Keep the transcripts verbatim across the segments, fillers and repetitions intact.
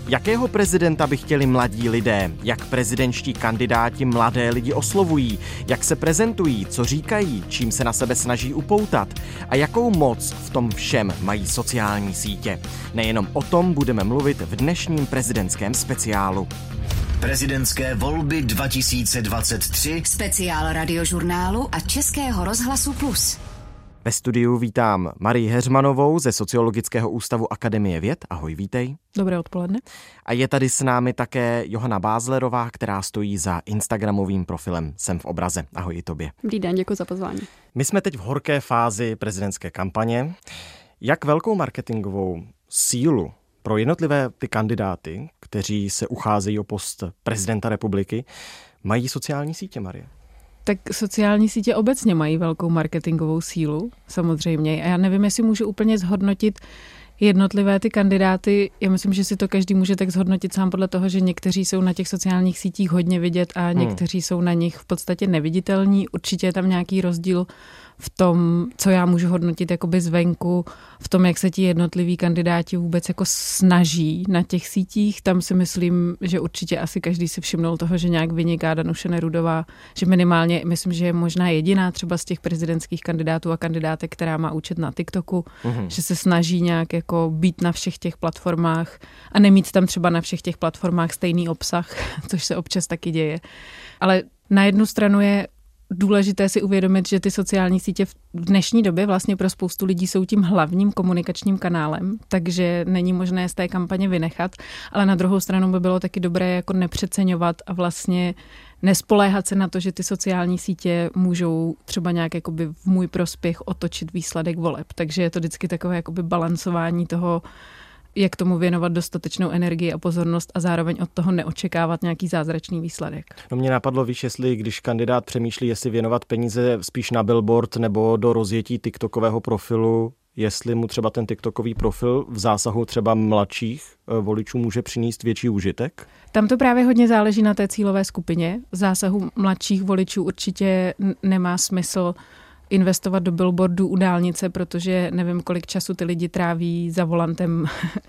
Jakého prezidenta by chtěli mladí lidé? Jak prezidentští kandidáti mladé lidi oslovují? Jak se prezentují? Co říkají? Čím se na sebe snaží upoutat? A jakou moc v tom všem mají sociální sítě? Nejenom o tom budeme mluvit v dnešním prezidentském speciálu. Prezidentské volby dva tisíce dvacet tři. Speciál Radiožurnálu a Českého rozhlasu Plus. Ve studiu vítám Marii Heřmanovou ze Sociologického ústavu Akademie věd. Ahoj, vítej. Dobré odpoledne. A je tady s námi také Johana Bázlerová, která stojí za instagramovým profilem Jsem v obraze. Ahoj i tobě. Dobrý den, děkuji za pozvání. My jsme teď v horké fázi prezidentské kampaně. Jak velkou marketingovou sílu pro jednotlivé ty kandidáty, kteří se ucházejí o post prezidenta republiky, mají sociální sítě, Marie? Tak sociální sítě obecně mají velkou marketingovou sílu, samozřejmě. A já nevím, jestli můžu úplně zhodnotit jednotlivé ty kandidáty. Já myslím, že si to každý může tak zhodnotit sám podle toho, že někteří jsou na těch sociálních sítích hodně vidět a někteří hmm. jsou na nich v podstatě neviditelní. Určitě je tam nějaký rozdíl v tom, co já můžu hodnotit jakoby zvenku, v tom, jak se ti jednotliví kandidáti vůbec jako snaží na těch sítích. Tam si myslím, že určitě asi každý si všimnul toho, že nějak vyniká Danuše Nerudová, že minimálně, myslím, že je možná jediná třeba z těch prezidentských kandidátů a kandidátek, která má účet na TikToku, mm-hmm. že se snaží nějak jako být na všech těch platformách a nemít tam třeba na všech těch platformách stejný obsah, což se občas taky děje. Ale na jednu stranu je důležité si uvědomit, že ty sociální sítě v dnešní době vlastně pro spoustu lidí jsou tím hlavním komunikačním kanálem, takže není možné z té kampaně vynechat, ale na druhou stranu by bylo taky dobré jako nepřeceňovat a vlastně nespoléhat se na to, že ty sociální sítě můžou třeba nějak jakoby v můj prospěch otočit výsledek voleb. Takže je to vždycky takové jakoby balancování toho, jak tomu věnovat dostatečnou energii a pozornost a zároveň od toho neočekávat nějaký zázračný výsledek. No mě napadlo, víš, jestli když kandidát přemýšlí, jestli věnovat peníze spíš na billboard nebo do rozjetí TikTokového profilu, jestli mu třeba ten TikTokový profil v zásahu třeba mladších voličů může přinést větší užitek? Tam to právě hodně záleží na té cílové skupině. V zásahu mladších voličů určitě nemá smysl investovat do billboardů u dálnice, protože nevím, kolik času ty lidi tráví za volantem.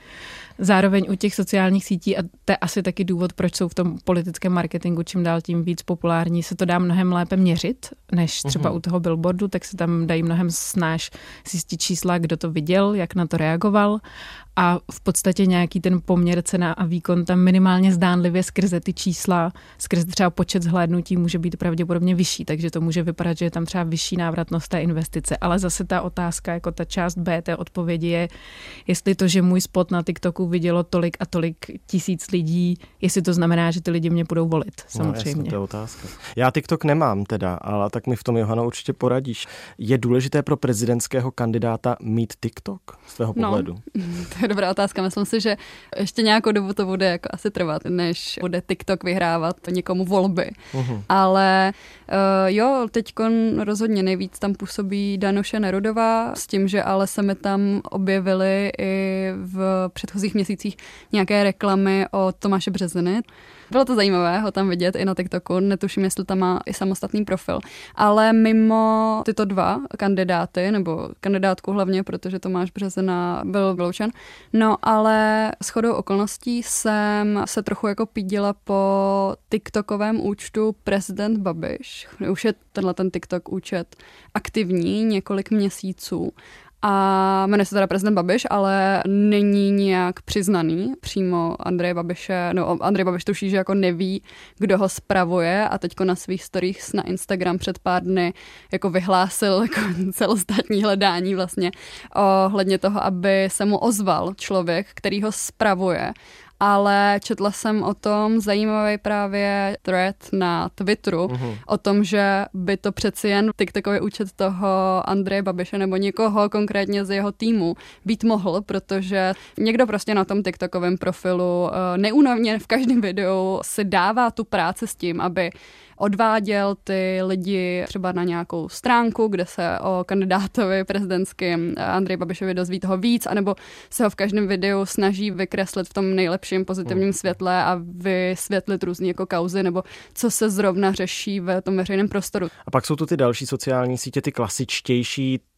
Zároveň u těch sociálních sítí, a to je asi taky důvod, proč jsou v tom politickém marketingu čím dál tím víc populární, se to dá mnohem lépe měřit, než třeba uhum. u toho billboardu, tak se tam dají mnohem snáš zjistit čísla, kdo to viděl, jak na to reagoval a v podstatě nějaký ten poměr cena a výkon tam minimálně zdánlivě skrze ty čísla, skrze třeba počet zhlédnutí může být pravděpodobně vyšší, takže to může vypadat, že je tam třeba vyšší návratnost té investice, ale zase ta otázka, jako ta část B té odpovědi je, jestli to, že můj spot na TikToku vidělo tolik a tolik tisíc lidí, jestli to znamená, že ty lidi mě budou volit, samozřejmě. No jasně, to je otázka. Já TikTok nemám teda, ale tak mi v tom, Johano, určitě poradíš. Je důležité pro prezidentského kandidáta mít TikTok z tvého pohledu? No, to je dobrá otázka. Myslím si, že ještě nějakou dobu to bude jako asi trvat, než bude TikTok vyhrávat někomu volby. Uh-huh. Ale uh, jo, teďkon rozhodně nejvíc tam působí Danuše Nerudová s tím, že ale se mi tam objevily i v předchozích měsících nějaké reklamy od Tomáše Březiny. Bylo to zajímavé ho tam vidět i na TikToku, netuším, jestli tam má i samostatný profil. Ale mimo tyto dva kandidáty, nebo kandidátku hlavně, protože Tomáš Březina byl vyloučen, no ale shodou okolností jsem se trochu jako pídila po TikTokovém účtu Prezident Babiš. Už je tenhle ten TikTok účet aktivní několik měsíců. A jmenuje se teda prezident Babiš, ale není nějak přiznaný přímo Andreje Babiše. No, Andrej Babiš tuší, že jako neví, kdo ho spravuje a teďko na svých stories na Instagram před pár dny jako vyhlásil jako celostátní hledání vlastně ohledně toho, aby se mu ozval člověk, který ho spravuje. Ale četla jsem o tom zajímavý právě thread na Twitteru, uhum. o tom, že by to přeci jen TikTokový účet toho Andreje Babiše nebo někoho konkrétně z jeho týmu být mohl, protože někdo prostě na tom TikTokovém profilu neúnavně v každém videu si dává tu práci s tím, aby odváděl ty lidi třeba na nějakou stránku, kde se o kandidátovi prezidentským Andreji Babišovi dozví toho víc, anebo se ho v každém videu snaží vykreslit v tom nejlepším pozitivním světle a vysvětlit různý jako kauzy, nebo co se zrovna řeší v tom veřejném prostoru. A pak jsou tu ty další sociální sítě, ty klasičtější,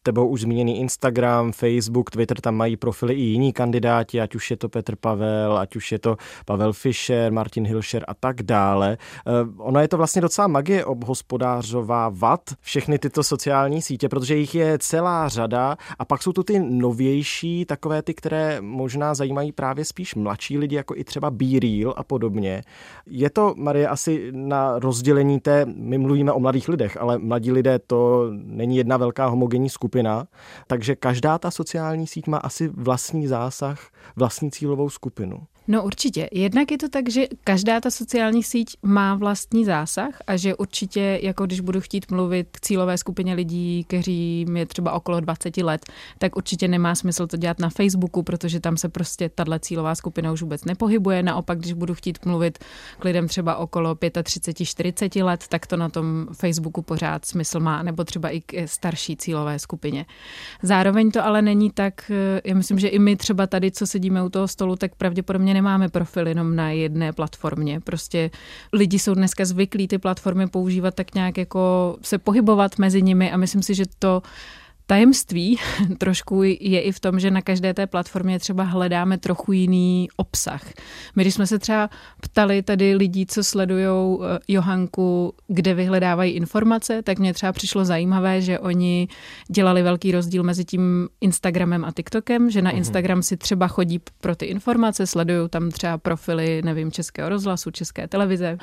tebou už zmíněný Instagram, Facebook, Twitter, tam mají profily i jiní kandidáti, ať už je to Petr Pavel, ať už je to Pavel Fischer, Martin Hilšer a tak dále. Ono je to vlastně docela magie obhospodářovávat všechny tyto sociální sítě, protože jich je celá řada a pak jsou tu ty novější, takové ty, které možná zajímají právě spíš mladší lidi, jako i třeba BeReal a podobně. Je to, Marie, asi na rozdělení té, my mluvíme o mladých lidech, ale mladí lidé to není jedna velká homogenní skupina, takže každá ta sociální síť má asi vlastní zásah, vlastní cílovou skupinu. No určitě. Jednak je to tak, že každá ta sociální síť má vlastní zásah a že určitě, jako když budu chtít mluvit k cílové skupině lidí, kteří je třeba okolo dvacet let, tak určitě nemá smysl to dělat na Facebooku, protože tam se prostě tahle cílová skupina už vůbec nepohybuje. Naopak, když budu chtít mluvit k lidem třeba okolo třicet pět čtyřicet let, tak to na tom Facebooku pořád smysl má, nebo třeba i k starší cílové skupině. Zároveň to ale není tak, já myslím, že i my třeba tady, co sedíme u toho stolu, tak pravděpodobně nemáme profil jenom na jedné platformě. Prostě lidi jsou dneska zvyklí ty platformy používat tak nějak jako se pohybovat mezi nimi a myslím si, že to tajemství trošku je i v tom, že na každé té platformě třeba hledáme trochu jiný obsah. My, když jsme se třeba ptali tady lidí, co sledujou Johanku, kde vyhledávají informace, tak mně třeba přišlo zajímavé, že oni dělali velký rozdíl mezi tím Instagramem a TikTokem, že na Instagram si třeba chodí pro ty informace, sledují tam třeba profily, nevím, Českého rozhlasu, České televize,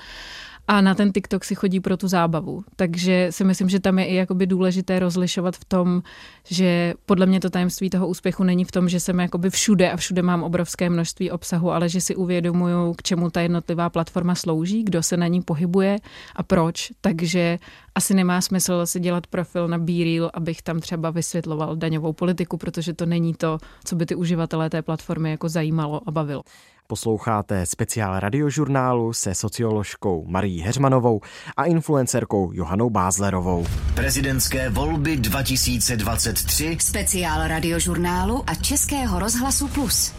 a na ten TikTok si chodí pro tu zábavu. Takže si myslím, že tam je i jakoby důležité rozlišovat v tom, že podle mě to tajemství toho úspěchu není v tom, že jsem jakoby všude a všude mám obrovské množství obsahu, ale že si uvědomuju, k čemu ta jednotlivá platforma slouží, kdo se na ní pohybuje a proč. Takže asi nemá smysl si dělat profil na BeReal, abych tam třeba vysvětloval daňovou politiku, protože to není to, co by ty uživatelé té platformy jako zajímalo a bavilo. Posloucháte speciál radiožurnálu se socioložkou Marií Heřmanovou a influencerkou Johanou Bázlerovou. Prezidentské volby dva tisíce dvacet tři. Speciál radiožurnálu a Českého rozhlasu Plus.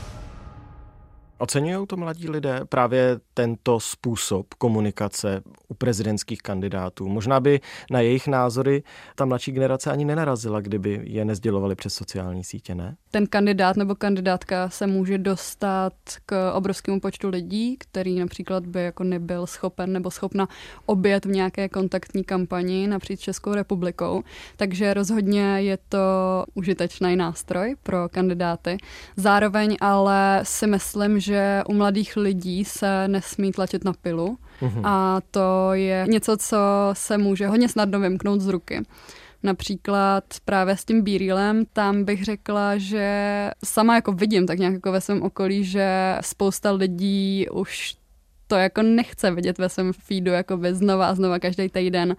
Oceňují to mladí lidé právě tento způsob komunikace u prezidentských kandidátů? Možná by na jejich názory ta mladší generace ani nenarazila, kdyby je nezdělovali přes sociální sítě, ne? Ten kandidát nebo kandidátka se může dostat k obrovskému počtu lidí, který například by jako nebyl schopen nebo schopna objet v nějaké kontaktní kampani napříč Českou republikou. Takže rozhodně je to užitečný nástroj pro kandidáty. Zároveň ale si myslím, že že u mladých lidí se nesmí tlačit na pilu uhum. A to je něco, co se může hodně snadno vymknout z ruky. Například právě s tím BeRealem, tam bych řekla, že sama jako vidím tak nějak jako ve svém okolí, že spousta lidí už to jako nechce vidět ve svém feedu jakoby znova a znova každý týden.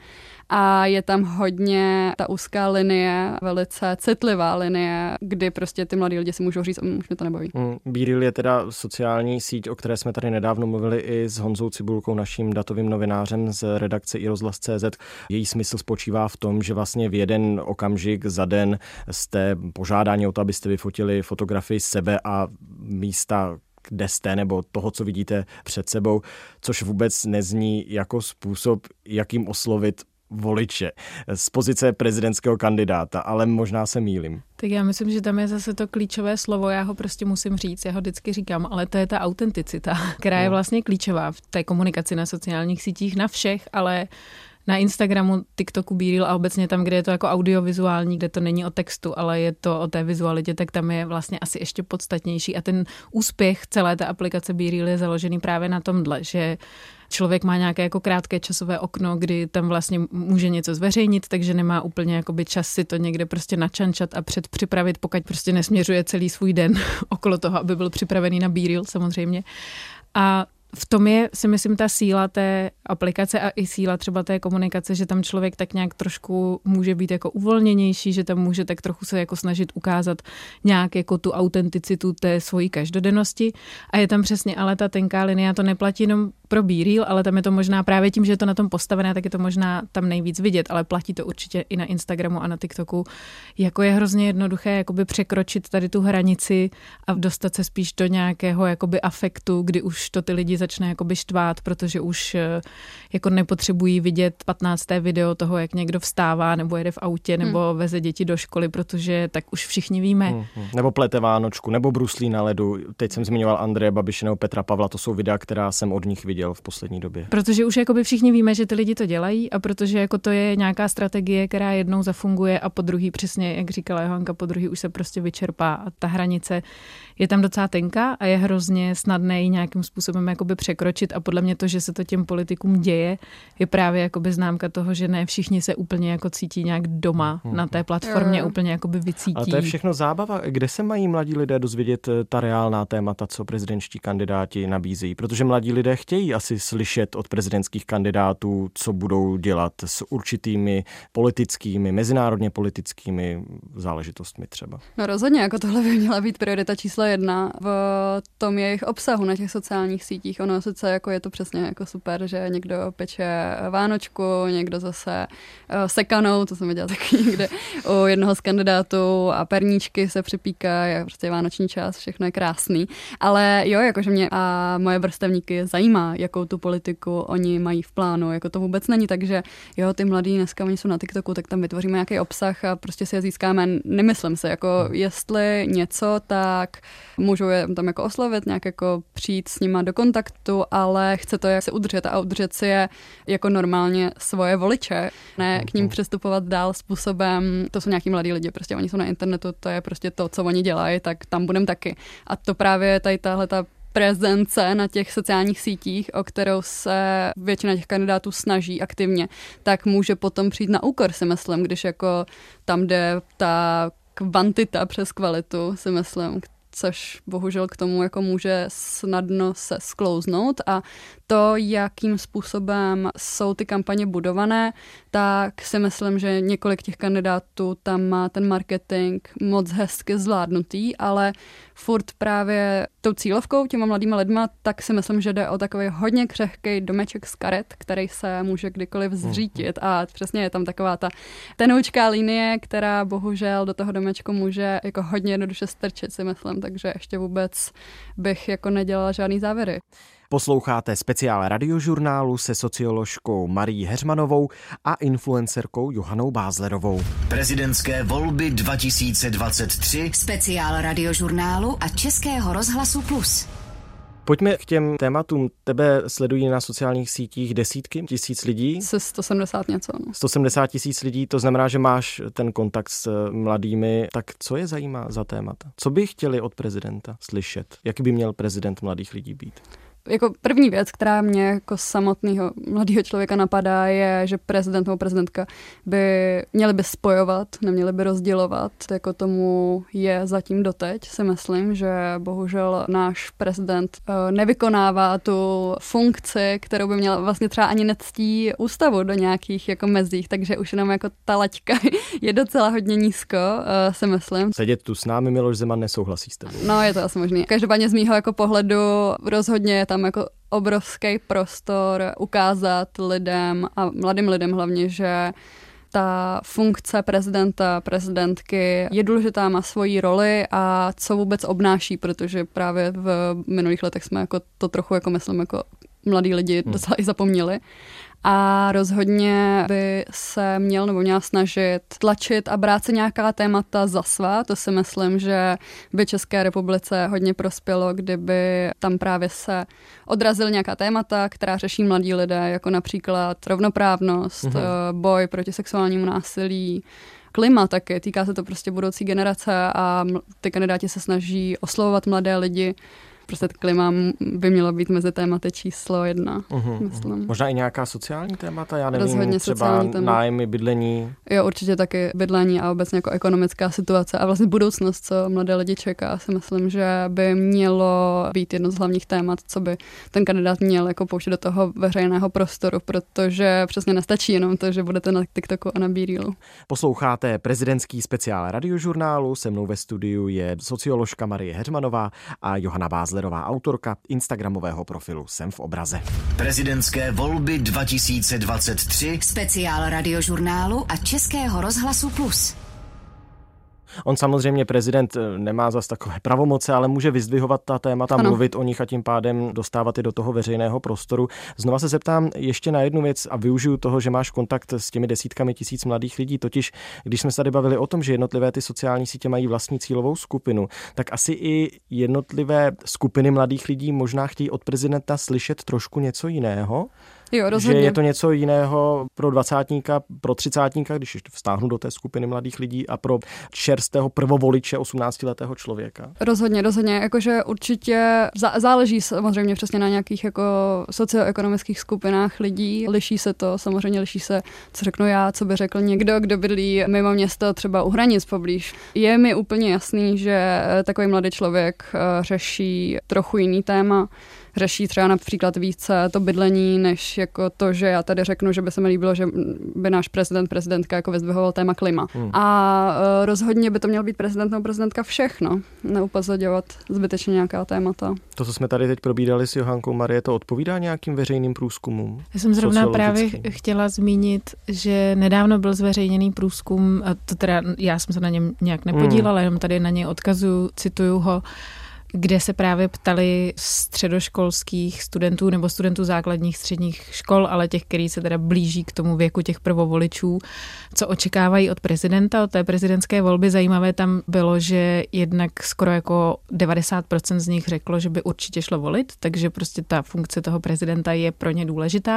A je tam hodně ta úzká linie, velice citlivá linie, kdy prostě ty mladí lidi si můžou říct, už mě to nebaví. Mm, BeReal je teda sociální síť, o které jsme tady nedávno mluvili i s Honzou Cibulkou, naším datovým novinářem z redakce iRozhlas tečka cé zet. Její smysl spočívá v tom, že vlastně v jeden okamžik za den jste požádáni o to, abyste vyfotili fotografii sebe a místa, kde jste, nebo toho, co vidíte před sebou, což vůbec nezní jako způsob, jakým oslovit voliče z pozice prezidentského kandidáta, ale možná se mýlím. Tak já myslím, že tam je zase to klíčové slovo, já ho prostě musím říct, já ho vždycky říkám, ale to je ta autenticita, která je vlastně klíčová v té komunikaci na sociálních sítích, na všech, ale na Instagramu, TikToku, BeReal a obecně tam, kde je to jako audiovizuální, kde to není o textu, ale je to o té vizualitě, tak tam je vlastně asi ještě podstatnější. A ten úspěch celé té aplikace BeReal je založený právě na tomhle, že člověk má nějaké jako krátké časové okno, kdy tam vlastně může něco zveřejnit, takže nemá úplně jakoby čas si to někde prostě načančat a předpřipravit, pokud prostě nesměřuje celý svůj den okolo toho, aby byl připravený na BeReal samozřejmě. A v tom je, si myslím, ta síla té aplikace a i síla třeba té komunikace, že tam člověk tak nějak trošku může být jako uvolněnější, že tam může tak trochu se jako snažit ukázat nějak jako tu autenticitu té svojí každodennosti. A je tam přesně ale ta tenká linie, a to neplatí jenom pro B-Reel, ale tam je to možná právě tím, že je to na tom postavené, tak je to možná tam nejvíc vidět, ale platí to určitě i na Instagramu a na TikToku. Jako je hrozně jednoduché jakoby překročit tady tu hranici a dostat se spíš do nějakého jakoby afektu, kdy už to ty lidi začne jakoby štvát, protože už jako nepotřebují vidět patnácté video toho, jak někdo vstává nebo jede v autě nebo hmm. veze děti do školy, protože tak už všichni víme. Hmm. Nebo plete vánočku, nebo bruslí na ledu. Teď jsem zmiňoval Andreje Babiše nebo Petra Pavla, to jsou videa, která jsem od nich viděl v poslední době. Protože už jakoby všichni víme, že ty lidi to dělají a protože jako to je nějaká strategie, která jednou zafunguje a po druhý přesně, jak říkala Johanka, po druhý už se prostě vyčerpá a ta hranice je tam docela tenká a je hrozně snadné ji nějakým způsobem jakoby překročit a podle mě to, že se to těm politikům děje, je právě jakoby známka toho, že ne všichni se úplně jako cítí nějak doma hmm. na té platformě, jo. úplně jakoby vycítí. Ale to je všechno zábava. Kde se mají mladí lidé dozvědět ta reálná témata, co prezidentští kandidáti nabízejí? Protože mladí lidé chtějí asi slyšet od prezidentských kandidátů, co budou dělat s určitými politickými, mezinárodně politickými záležitostmi třeba. No rozhodně, jako tohle by měla být priorita číslo jedna v tom jejich obsahu na těch sociálních sítích. Ono sice jako je to přesně jako super, že někdo peče vánočku, někdo zase uh, sekanou, to jsem viděla taky někde u jednoho z kandidátů a perníčky se připíkají a prostě vánoční čas, všechno je krásný. Ale jo, jakože mě a moje vrstevníky zajímá, jakou tu politiku oni mají v plánu. Jako to vůbec není tak, že jo, ty mladí dneska oni jsou na TikToku, tak tam vytvoříme nějaký obsah a prostě si je získáme. Nemyslím se, jako jestli něco, tak můžou je tam jako oslovit, nějak jako přijít s nima do kontaktu, ale chce to jak se udržet a udržet si je jako normálně svoje voliče. Ne k ním přistupovat dál způsobem, to jsou nějaký mladí lidi, prostě oni jsou na internetu, to je prostě to, co oni dělají, tak tam budem taky. A to právě tady tahle ta prezence na těch sociálních sítích, o kterou se většina těch kandidátů snaží aktivně, tak může potom přijít na úkor, si myslím, když jako tam jde ta kvantita přes kvalitu, si myslím, což bohužel k tomu jako může snadno se sklouznout a to, jakým způsobem jsou ty kampaně budované, tak si myslím, že několik těch kandidátů tam má ten marketing moc hezky zvládnutý, ale furt právě tou cílovkou, těma mladýma lidma, tak si myslím, že jde o takový hodně křehký domeček z karet, který se může kdykoliv zřítit a přesně je tam taková ta tenoučká linie, která bohužel do toho domečku může jako hodně jednoduše strčit, si myslím, takže ještě vůbec bych jako nedělala žádný závěry. Posloucháte speciál radiožurnálu se socioložkou Marií Heřmanovou a influencerkou Johanou Bázlerovou. Prezidentské volby dva tisíce dvacet tři. Speciál radiožurnálu a Českého rozhlasu Plus. Pojďme k těm tématům. Tebe sledují na sociálních sítích desítky tisíc lidí? Se sto sedmdesát něco. No. sto sedmdesát tisíc lidí, to znamená, že máš ten kontakt s mladými. Tak co je zajímá za témata? Co by chtěli od prezidenta slyšet? Jaký by měl prezident mladých lidí být? Jako první věc, která mě jako samotného mladého člověka napadá, je, že prezident nebo prezidentka by měli by spojovat, neměli by rozdělovat. Jako tomu je zatím doteď, si myslím, že bohužel náš prezident nevykonává tu funkci, kterou by měla, vlastně třeba ani nectí ústavu do nějakých jako mezích, takže už jenom jako ta laťka je docela hodně nízko, si myslím. Sedět tu s námi Miloš Zeman nesouhlasí s tebou. No, je to asi možný. Každopádně z mýho jako pohledu rozhodně tam jako obrovský prostor ukázat lidem a mladým lidem hlavně, že ta funkce prezidenta, prezidentky je důležitá, má svoji roli a co vůbec obnáší, protože právě v minulých letech jsme jako to trochu, jako myslím, jako mladí lidi docela i zapomněli. A rozhodně by se měl nebo měla snažit tlačit a brát se nějaká témata za svá. To si myslím, že by České republice hodně prospělo, kdyby tam právě se odrazily nějaká témata, která řeší mladí lidé, jako například rovnoprávnost, mhm. boj proti sexuálnímu násilí, klima taky. Týká se to prostě budoucí generace a ty kandidáti se snaží oslovovat mladé lidi. Prostě klima by mělo být mezi tématy číslo jedna, uh-huh, myslím. Možná i nějaká sociální témata, já nevím, rozhodně třeba nájmy, bydlení. Jo, určitě taky bydlení a obecně jako ekonomická situace a vlastně budoucnost, co mladé lidi čeká, si myslím, že by mělo být jedno z hlavních témat, co by ten kandidát měl jako pouštět do toho veřejného prostoru, protože přesně nestačí jenom to, že budete na TikToku a na B-Reelu. Posloucháte prezidentský speciál radiožurnálu, se mnou ve studiu je socioložka Marie Heřmanová a Johana Bázlerová. Kázlerová, autorka instagramového profilu Jsem v obraze. Prezidentské volby dva tisíce dvacet tři. Speciál Radiožurnálu a Českého rozhlasu Plus. On samozřejmě, prezident, nemá zas takové pravomoce, ale může vyzdvihovat ta témata, ano. mluvit o nich a tím pádem dostávat je do toho veřejného prostoru. Znova se zeptám ještě na jednu věc a využiju toho, že máš kontakt s těmi desítkami tisíc mladých lidí. Totiž, když jsme se tady bavili o tom, že jednotlivé ty sociální sítě mají vlastní cílovou skupinu, tak asi i jednotlivé skupiny mladých lidí možná chtějí od prezidenta slyšet trošku něco jiného. Jo, rozhodně. Že je to něco jiného pro dvacátníka, pro třicátníka, když ještě vstáhnu do té skupiny mladých lidí, a pro čerstvého prvovoliče osmnáctiletého člověka. Rozhodně, rozhodně. Jakože určitě záleží samozřejmě přesně na nějakých jako socioekonomických skupinách lidí. Liší se to, samozřejmě liší se, co řeknu já, co by řekl někdo, kdo bydlí mimo město, třeba u hranic poblíž. Je mi úplně jasný, že takový mladý člověk řeší trochu jiný téma, řeší třeba například více to bydlení, než jako to, že já tady řeknu, že by se mi líbilo, že by náš prezident, prezidentka jako vyzdvihoval téma klima. Hmm. A uh, rozhodně by to měl být prezident nebo prezidentka všechno, neupozorňovat zbytečně nějaká témata. To, co jsme tady teď probídali s Johankou Marie, to odpovídá nějakým veřejným průzkumům? Já jsem zrovna právě chtěla zmínit, že nedávno byl zveřejněný průzkum, a to teda já jsem se na něm nějak nepodílala, hmm. jenom tady na něj odkazuju, cituju ho, kde se právě ptali středoškolských studentů nebo studentů základních středních škol, ale těch, kteří se teda blíží k tomu věku těch prvovoličů, co očekávají od prezidenta, od té prezidentské volby. Zajímavé tam bylo, že jednak skoro jako devadesát procent z nich řeklo, že by určitě šlo volit, takže prostě ta funkce toho prezidenta je pro ně důležitá.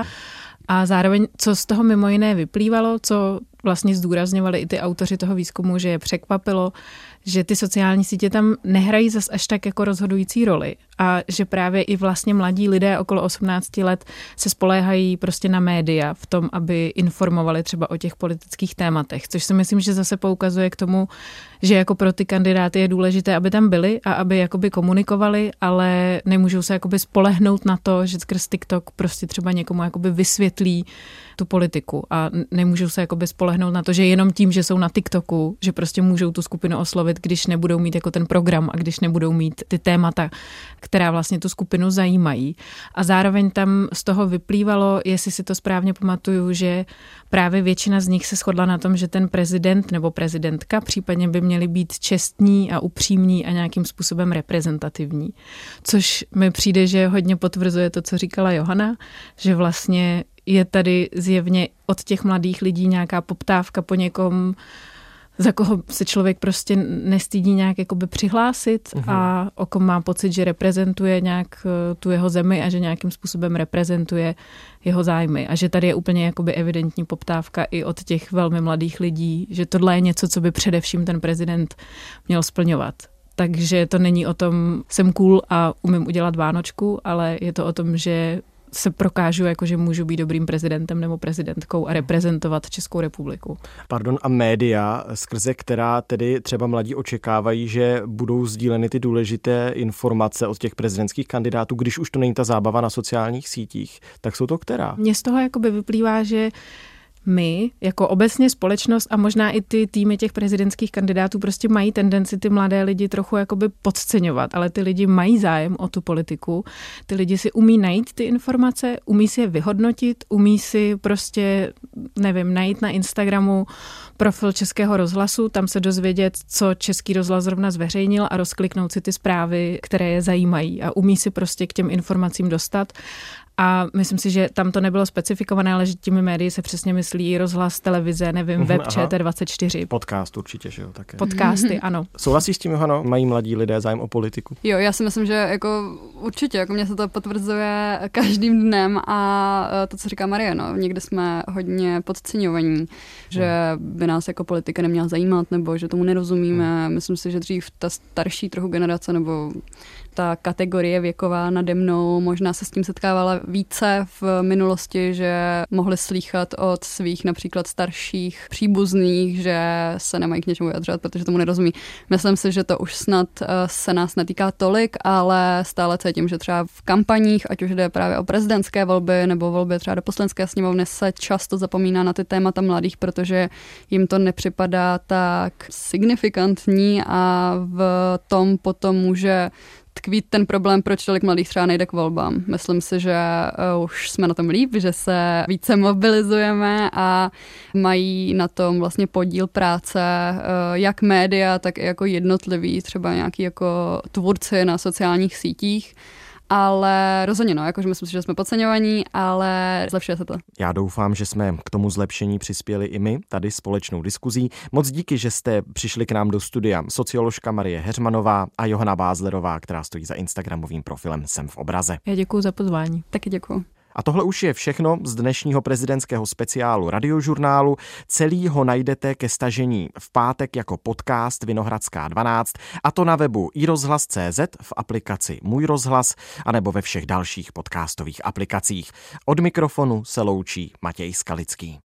A zároveň, co z toho mimo jiné vyplývalo, co vlastně zdůrazňovali i ty autoři toho výzkumu, že je překvapilo, že ty sociální sítě tam nehrají zas až tak jako rozhodující roli a že právě i vlastně mladí lidé okolo osmnácti let se spoléhají prostě na média v tom, aby informovali třeba o těch politických tématech, což si myslím, že zase poukazuje k tomu, že jako pro ty kandidáty je důležité, aby tam byli a aby jakoby komunikovali, ale nemůžou se jakoby spolehnout na to, že skrz TikTok prostě třeba někomu jakoby vysvětlí tu politiku a nemůžou se jakoby spolehnout na to, že jenom tím, že jsou na TikToku, že prostě můžou tu skupinu oslovit, když nebudou mít jako ten program a když nebudou mít ty témata, která vlastně tu skupinu zajímají. A zároveň tam z toho vyplývalo, jestli si to správně pamatuju, že právě většina z nich se shodla na tom, že ten prezident nebo prezidentka případně by měli být čestní a upřímní a nějakým způsobem reprezentativní. Což mi přijde, že hodně potvrzuje to, co říkala Johana, že vlastně je tady zjevně od těch mladých lidí nějaká poptávka po někom, za koho se člověk prostě nestydí nějak jakoby přihlásit uhum. a o kom má pocit, že reprezentuje nějak tu jeho zemi a že nějakým způsobem reprezentuje jeho zájmy. A že tady je úplně jakoby evidentní poptávka i od těch velmi mladých lidí, že tohle je něco, co by především ten prezident měl splňovat. Takže to není o tom, jsem cool a umím udělat vánočku, ale je to o tom, že se prokážu, jako že můžu být dobrým prezidentem nebo prezidentkou a reprezentovat Českou republiku. Pardon, a média, skrze která tedy třeba mladí očekávají, že budou sdíleny ty důležité informace od těch prezidentských kandidátů, když už to není ta zábava na sociálních sítích, tak jsou to která? Mně z toho jakoby vyplývá, že my, jako obecně společnost a možná i ty týmy těch prezidentských kandidátů prostě mají tendenci ty mladé lidi trochu jakoby podceňovat, ale ty lidi mají zájem o tu politiku, ty lidi si umí najít ty informace, umí si je vyhodnotit, umí si prostě, nevím, najít na Instagramu profil Českého rozhlasu, tam se dozvědět, co Český rozhlas zrovna zveřejnil a rozkliknout si ty zprávy, které je zajímají a umí si prostě k těm informacím dostat. A myslím si, že tam to nebylo specifikované, ale že těmi médii se přesně myslí rozhlas, televize, nevím, web, Aha. Č T dvacet čtyři. Podcast určitě, že jo, také. Podcasty, ano. Souhlasíš s tím, Johano? Mají mladí lidé zájem o politiku? Jo, já si myslím, že jako určitě, jako mě se to potvrzuje každým dnem a to, co říká Marie, no, někdy jsme hodně podceňovaní, že by nás jako politika neměla zajímat, nebo že tomu nerozumíme. Myslím si, že dřív ta starší trochu generace, nebo ta kategorie věková nade mnou možná se s tím setkávala více v minulosti, že mohli slýchat od svých například starších příbuzných, že se nemají k něčemu vyjadřovat, protože tomu nerozumí. Myslím si, že to už snad se nás netýká tolik, ale stále cítím, že třeba v kampaních, ať už jde právě o prezidentské volby nebo volby třeba do poslanecké sněmovny, se často zapomíná na ty témata mladých, protože jim to nepřipadá tak signifikantní a v tom potom může tkví ten problém, proč tolik mladých třeba nejde k volbám. Myslím si, že uh, už jsme na tom líp, že se více mobilizujeme a mají na tom vlastně podíl práce uh, jak média, tak i jako jednotliví, třeba nějaký jako tvůrci na sociálních sítích. Ale rozhodně, no, jakože myslím si, že jsme podceňovaní, ale zlepšuje se to. Já doufám, že jsme k tomu zlepšení přispěli i my tady společnou diskuzí. Moc díky, že jste přišli k nám do studia. Socioložka Marie Heřmanová a Johana Bázlerová, která stojí za instagramovým profilem Jsem v obraze. Já děkuju za pozvání. Taky děkuju. A tohle už je všechno z dnešního prezidentského speciálu Radiožurnálu. Celý ho najdete ke stažení v pátek jako podcast Vinohradská dvanáct, a to na webu i rozhlas tečka cé zet, v aplikaci Můj rozhlas, anebo ve všech dalších podcastových aplikacích. Od mikrofonu se loučí Matěj Skalický.